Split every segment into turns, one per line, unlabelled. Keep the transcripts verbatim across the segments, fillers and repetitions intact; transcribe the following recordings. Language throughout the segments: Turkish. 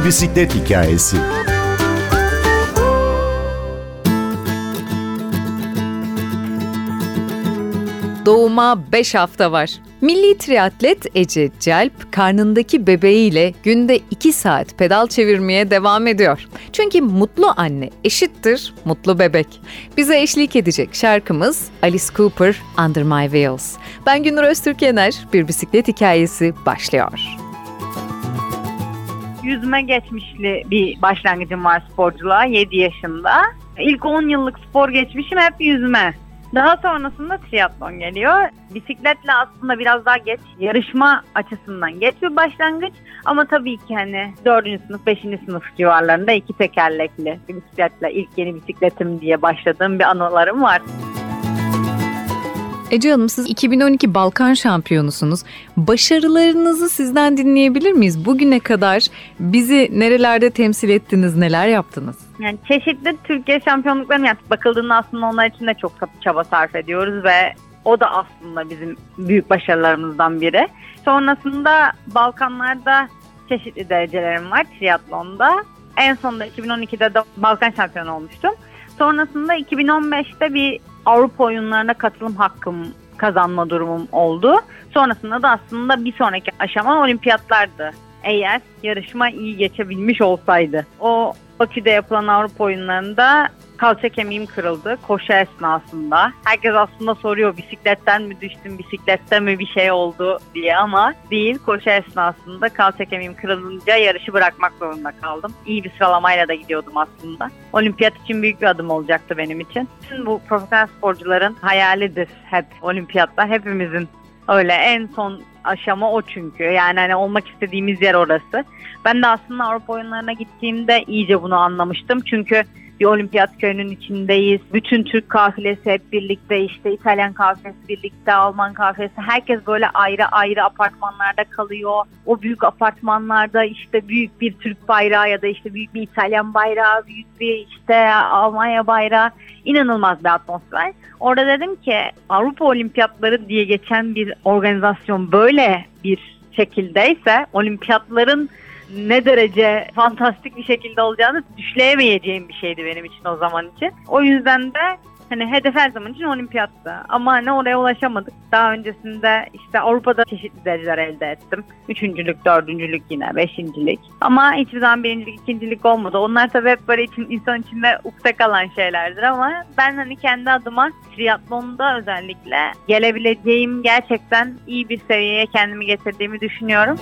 Bir bisiklet hikayesi.
Doğuma beş hafta var. Milli triatlet Ece Celp, karnındaki bebeğiyle günde iki saat pedal çevirmeye devam ediyor. Çünkü mutlu anne eşittir mutlu bebek. Bize eşlik edecek şarkımız Alice Cooper, Under My Wheels. Ben Gündür Öztürk Yener, Bir Bisiklet Hikayesi başlıyor.
Yüzme geçmişli bir başlangıcım var sporculuğa yedi yaşında. İlk on yıllık spor geçmişim hep yüzme. Daha sonrasında triatlon geliyor. Bisikletle aslında biraz daha geç, yarışma açısından geç bir başlangıç. Ama tabii ki hani dördüncü sınıf, beşinci sınıf civarlarında iki tekerlekli bir bisikletle ilk yeni bisikletim diye başladığım bir anılarım var.
Ece Hanım, siz iki bin on iki Balkan şampiyonusunuz. Başarılarınızı sizden dinleyebilir miyiz? Bugüne kadar bizi nerelerde temsil ettiniz, neler yaptınız?
Yani çeşitli Türkiye şampiyonluklarını yaptık. Bakıldığında aslında onlar için de çok çaba sarf ediyoruz ve o da aslında bizim büyük başarılarımızdan biri. Sonrasında Balkanlarda çeşitli derecelerim var triatlonda. En sonunda iki bin on ikide de Balkan şampiyonu olmuştum. Sonrasında iki bin on beşte bir Avrupa oyunlarına katılım hakkım kazanma durumum oldu. Sonrasında da aslında bir sonraki aşama olimpiyatlardı. Eğer yarışma iyi geçebilmiş olsaydı. O Bakü'de yapılan Avrupa oyunlarında kalça kemiğim kırıldı koşu esnasında. Herkes aslında soruyor bisikletten mi düştüm, bisiklette mi bir şey oldu diye ama değil. Koşu esnasında kalça kemiğim kırılınca yarışı bırakmak zorunda kaldım. İyi bir sıralamayla da gidiyordum aslında. Olimpiyat için büyük bir adım olacaktı benim için. Bütün bu profesyonel sporcuların hayalidir hep olimpiyatlar. Hepimizin öyle en son aşama o çünkü. Yani hani olmak istediğimiz yer orası. Ben de aslında Avrupa oyunlarına gittiğimde iyice bunu anlamıştım. Çünkü bir olimpiyat köyünün içindeyiz. Bütün Türk kafilesi hep birlikte, işte İtalyan kafilesi birlikte, Alman kafilesi. Herkes böyle ayrı ayrı apartmanlarda kalıyor. O büyük apartmanlarda işte büyük bir Türk bayrağı ya da işte büyük bir İtalyan bayrağı, büyük bir işte Almanya bayrağı. İnanılmaz bir atmosfer. Orada dedim ki Avrupa Olimpiyatları diye geçen bir organizasyon böyle bir şekildeyse olimpiyatların ne derece fantastik bir şekilde olacağını düşleyemeyeceğim bir şeydi benim için o zaman için. O yüzden de hani hedef her zaman için olimpiyattı. Ama hani oraya ulaşamadık. Daha öncesinde işte Avrupa'da çeşitli dereceler elde ettim. Üçüncülük, dördüncülük yine, beşincilik. Ama hiçbir zaman birincilik, ikincilik olmadı. Onlar tabii hep böyle için, insan içinde ukde kalan şeylerdir ama ben hani kendi adıma triatlonda özellikle gelebileceğim gerçekten iyi bir seviyeye kendimi getirdiğimi düşünüyorum.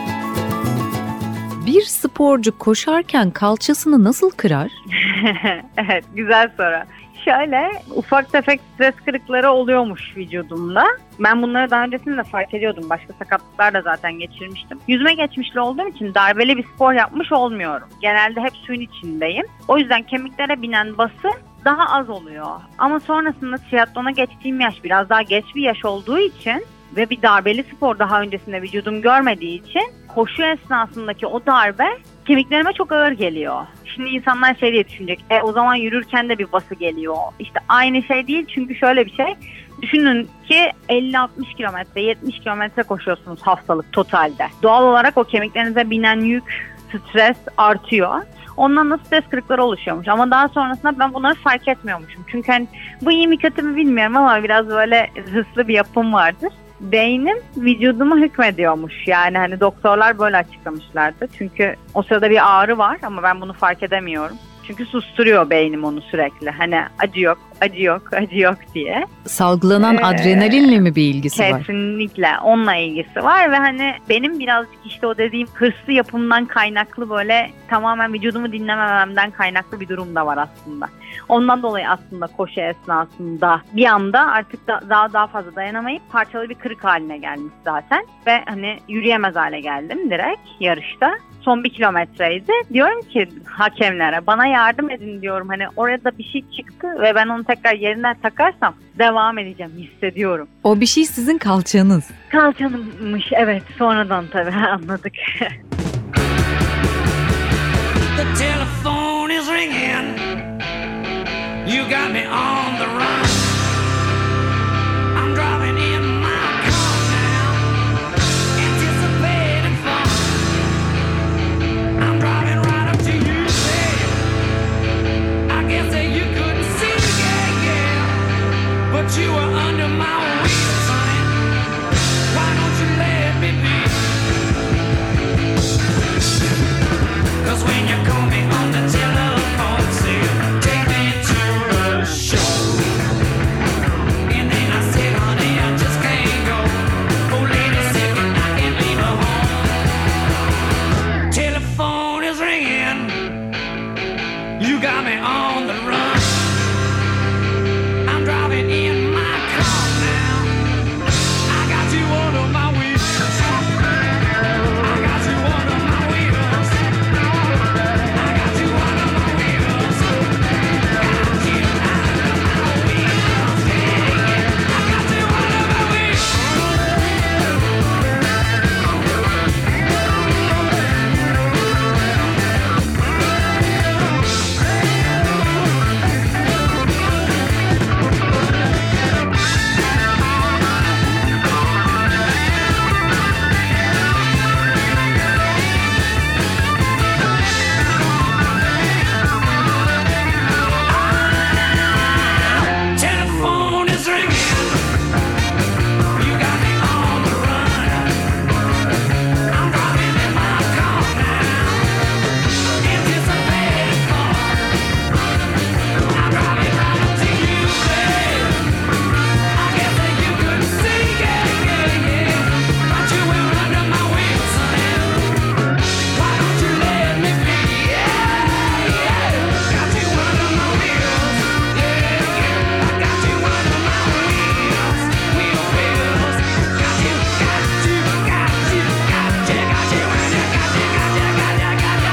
Bir sporcu koşarken kalçasını nasıl kırar?
Evet, güzel soru. Şöyle ufak tefek stres kırıkları oluyormuş vücudumda. Ben bunları daha öncesinde fark ediyordum. Başka sakatlıklar da zaten geçirmiştim. Yüzme geçmişli olduğum için darbeli bir spor yapmış olmuyorum. Genelde hep suyun içindeyim. O yüzden kemiklere binen bası daha az oluyor. Ama sonrasında triatlona geçtiğim yaş biraz daha geç bir yaş olduğu için ve bir darbeli spor daha öncesinde vücudum görmediği için koşu esnasındaki o darbe kemiklerime çok ağır geliyor. Şimdi insanlar şey diye düşünecek, e o zaman yürürken de bir bası geliyor. İşte aynı şey değil çünkü şöyle bir şey. Düşünün ki elli altmış kilometre, yetmiş kilometre koşuyorsunuz haftalık totalde. Doğal olarak o kemiklerinize binen yük, stres artıyor. Ondan da stres kırıkları oluşuyormuş. Ama daha sonrasında ben bunları fark etmiyormuşum. Çünkü hani bu iyi mi kötü mü bilmiyorum ama biraz böyle hırslı bir yapım vardır. Beynim vücuduma hükmediyormuş. Yani hani doktorlar böyle açıklamışlardı. Çünkü o sırada bir ağrı var ama ben bunu fark edemiyorum. Çünkü susturuyor beynim onu sürekli. Hani acı yok, acı yok, acı yok diye.
Salgılanan ee, adrenalinle mi bir ilgisi
kesinlikle.
var?
Kesinlikle onunla ilgisi var ve hani benim birazcık işte o dediğim hırslı yapımdan kaynaklı böyle tamamen vücudumu dinlemememden kaynaklı bir durum da var aslında. Ondan dolayı aslında koşu esnasında bir anda artık da, daha daha fazla dayanamayıp parçalı bir kırık haline gelmiş zaten. Ve hani yürüyemez hale geldim direkt yarışta. Son bir kilometreydi. Diyorum ki hakemlere bana yardım edin diyorum. Hani orada bir şey çıktı ve ben onu tekrar yerinden takarsam devam edeceğim hissediyorum.
O bir şey sizin kalçanız.
Kalçanımmış evet sonradan tabii anladık. The telephone is ringing. You got me on the run. I'm driving in my car now. Anticipating fun. I'm driving
you were under my wheels, honey. Why don't you let me be? 'Cause when you call me on the telephone, say, take me to the show. And then I said, honey, I just can't go. Oh, lady sick and I can't leave her home. Telephone is ringing. You got me on the run. I'm driving in my car now. I got you under my wheels. I got you under my wheels. I got you under my wheels. Got you under my wheels. Yeah, yeah. I got you under my wheels. Telephone is ringing. You got me on the run. I'm driving in my car now. Anticipated car. I'm driving right up to you, babe. I guess that you couldn't see, yeah, yeah, yeah. But you were under my wheels, honey. Why don't you let me be? Yeah, yeah. Got you under my wheels. Yeah, yeah. I got you under my wheels. Wheel wheels. Got you, got you, got you, got you, got you, and you got you, got you, got you, got you, got you, got you, got you, got you, got you, got you, got you, got you,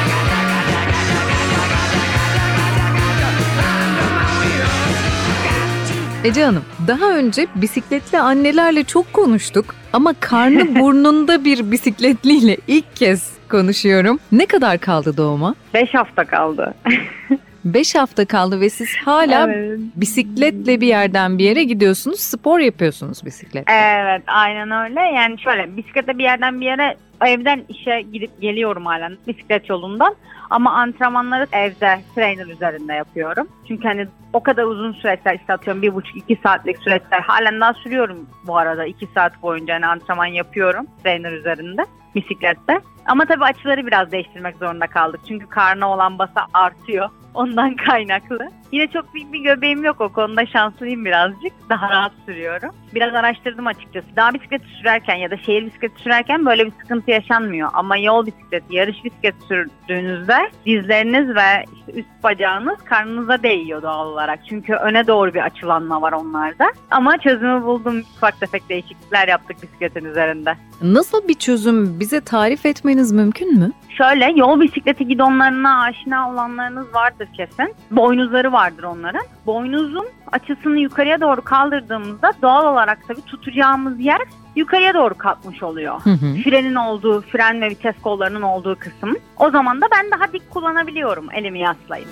under my wheels. Got you.
Ece Hanım, daha önce bisikletli annelerle çok konuştuk ama karnı burnunda bir bisikletliyle ilk kez konuşuyorum. Ne kadar kaldı doğuma?
Beş hafta kaldı.
Beş hafta kaldı ve siz hala
Evet.
bisikletle bir yerden bir yere gidiyorsunuz, spor yapıyorsunuz bisikletle.
Evet, aynen öyle. Yani şöyle, bisikletle bir yerden bir yere, evden işe gidip geliyorum halen bisiklet yolundan. Ama antrenmanları evde trainer üzerinde yapıyorum. Çünkü hani o kadar uzun süreçler, işte atıyorum bir buçuk iki saatlik süreçler halen daha sürüyorum bu arada. iki saat boyunca hani antrenman yapıyorum trainer üzerinde bisiklette. Ama tabii açıları biraz değiştirmek zorunda kaldık. Çünkü karnına olan bası artıyor. Ondan kaynaklı. Yine çok büyük bir göbeğim yok, o konuda şanslıyım birazcık. Daha rahat sürüyorum. Biraz araştırdım açıkçası. Dağ bisikleti sürerken ya da şehir bisikleti sürerken böyle bir sıkıntı yaşanmıyor. Ama yol bisikleti, yarış bisikleti sürdüğünüzde dizleriniz ve işte üst bacağınız karnınıza değiyor doğal olarak. Çünkü öne doğru bir açılanma var onlarda. Ama çözümü buldum. Ufak tefek değişiklikler yaptık bisikletin üzerinde.
Nasıl bir çözüm, bize tarif etmeniz mümkün mü?
Şöyle, yol bisikleti gidonlarına aşina olanlarınız vardır kesin. Boynuzları vardır onların. Boynuzun açısını yukarıya doğru kaldırdığımızda doğal olarak tabii tutacağımız yer yukarıya doğru kalkmış oluyor.
Hı hı.
Frenin olduğu, fren ve vites kollarının olduğu kısım. O zaman da ben daha dik kullanabiliyorum elimi yaslayıp.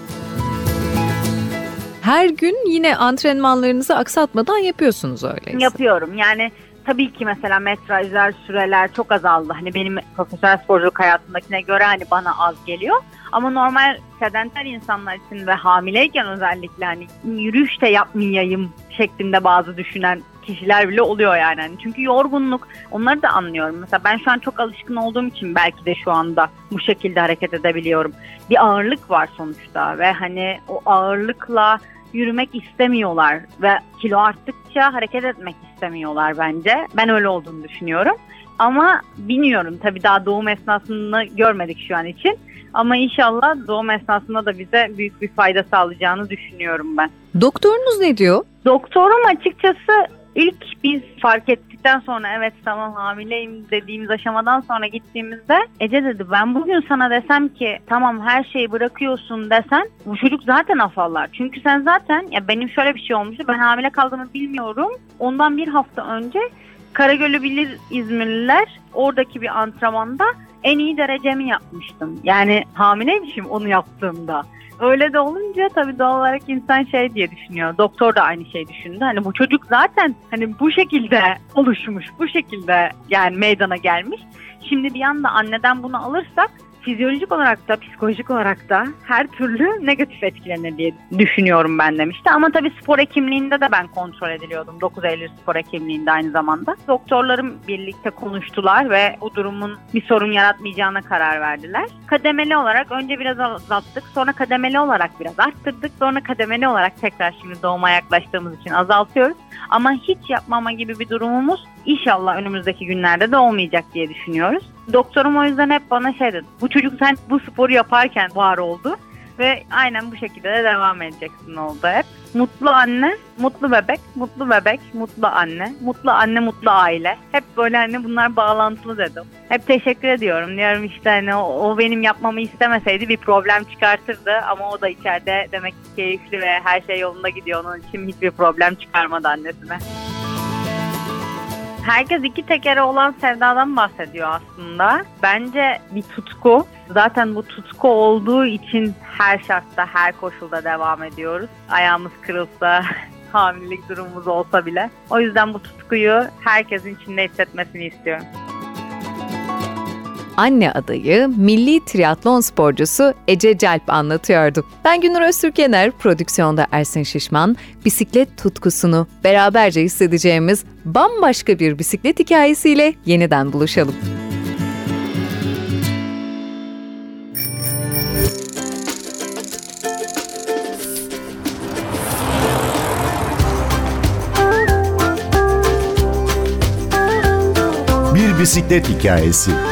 Her gün yine antrenmanlarınızı aksatmadan yapıyorsunuz öyleyse.
Yapıyorum. Yani tabii ki mesela metrajlar, süreler çok azaldı. Hani benim profesyonel sporculuk hayatımdakine göre hani bana az geliyor. Ama normal sedanter insanlar için ve hamileyken özellikle hani yürüyüş de yapmayayım şeklinde bazı düşünen kişiler bile oluyor yani. Hani çünkü yorgunluk, onları da anlıyorum. Mesela ben şu an çok alışkın olduğum için belki de şu anda bu şekilde hareket edebiliyorum. Bir ağırlık var sonuçta ve hani o ağırlıkla yürümek istemiyorlar ve kilo arttıkça hareket etmek istemiyorlar bence. Ben öyle olduğunu düşünüyorum. Ama bilmiyorum, tabii daha doğum esnasını görmedik şu an için. Ama inşallah doğum esnasında da bize büyük bir fayda sağlayacağını düşünüyorum ben.
Doktorunuz ne diyor?
Doktorum açıkçası ilk biz fark ettikten sonra, evet tamam hamileyim dediğimiz aşamadan sonra gittiğimizde, Ece dedi, ben bugün sana desem ki tamam her şeyi bırakıyorsun desen, bu çocuk zaten afallar. Çünkü sen zaten, ya benim şöyle bir şey olmuştu, ben hamile kaldığımı bilmiyorum. Ondan bir hafta önce Karagöl'ü bilir İzmirliler, oradaki bir antrenmanda en iyi derecemi yapmıştım. Yani hamileymişim onu yaptığımda. Öyle de olunca tabii doğal olarak insan şey diye düşünüyor. Doktor da aynı şey düşündü. Hani bu çocuk zaten hani bu şekilde oluşmuş, bu şekilde yani meydana gelmiş. Şimdi bir anda anneden bunu alırsak fizyolojik olarak da psikolojik olarak da her türlü negatif etkilenir diye düşünüyorum ben demişti. Ama tabii spor hekimliğinde de ben kontrol ediliyordum. dokuz Eylül spor hekimliğinde aynı zamanda. Doktorlarım birlikte konuştular ve bu durumun bir sorun yaratmayacağına karar verdiler. Kademeli olarak önce biraz azalttık, sonra kademeli olarak biraz arttırdık, sonra kademeli olarak tekrar şimdi doğuma yaklaştığımız için azaltıyoruz. Ama hiç yapmama gibi bir durumumuz inşallah önümüzdeki günlerde de olmayacak diye düşünüyoruz. Doktorum o yüzden hep bana şey dedi. Bu çocuk sen bu sporu yaparken var oldu ve aynen bu şekilde de devam edeceksin oldu hep. Mutlu anne, mutlu bebek, mutlu bebek, mutlu anne, mutlu anne, mutlu aile. Hep böyle hani bunlar bağlantılı dedim. Hep teşekkür ediyorum. Diyorum işte hani o, o benim yapmamı istemeseydi bir problem çıkartırdı ama o da içeride demek ki keyifli ve her şey yolunda gidiyor. Onun için hiçbir problem çıkarmadı annesine. Herkes iki tekeri olan sevdadan bahsediyor aslında. Bence bir tutku. Zaten bu tutku olduğu için her şartta, her koşulda devam ediyoruz. Ayağımız kırılsa, hamilelik durumumuz olsa bile. O yüzden bu tutkuyu herkesin içinde hissetmesini istiyorum.
Anne adayı milli triatlon sporcusu Ece Celp anlatıyordu. Ben Gündür Öztürk-Yener, prodüksiyonda Ersin Şişman, bisiklet tutkusunu beraberce hissedeceğimiz bambaşka bir bisiklet hikayesiyle yeniden buluşalım.
Bir bisiklet hikayesi.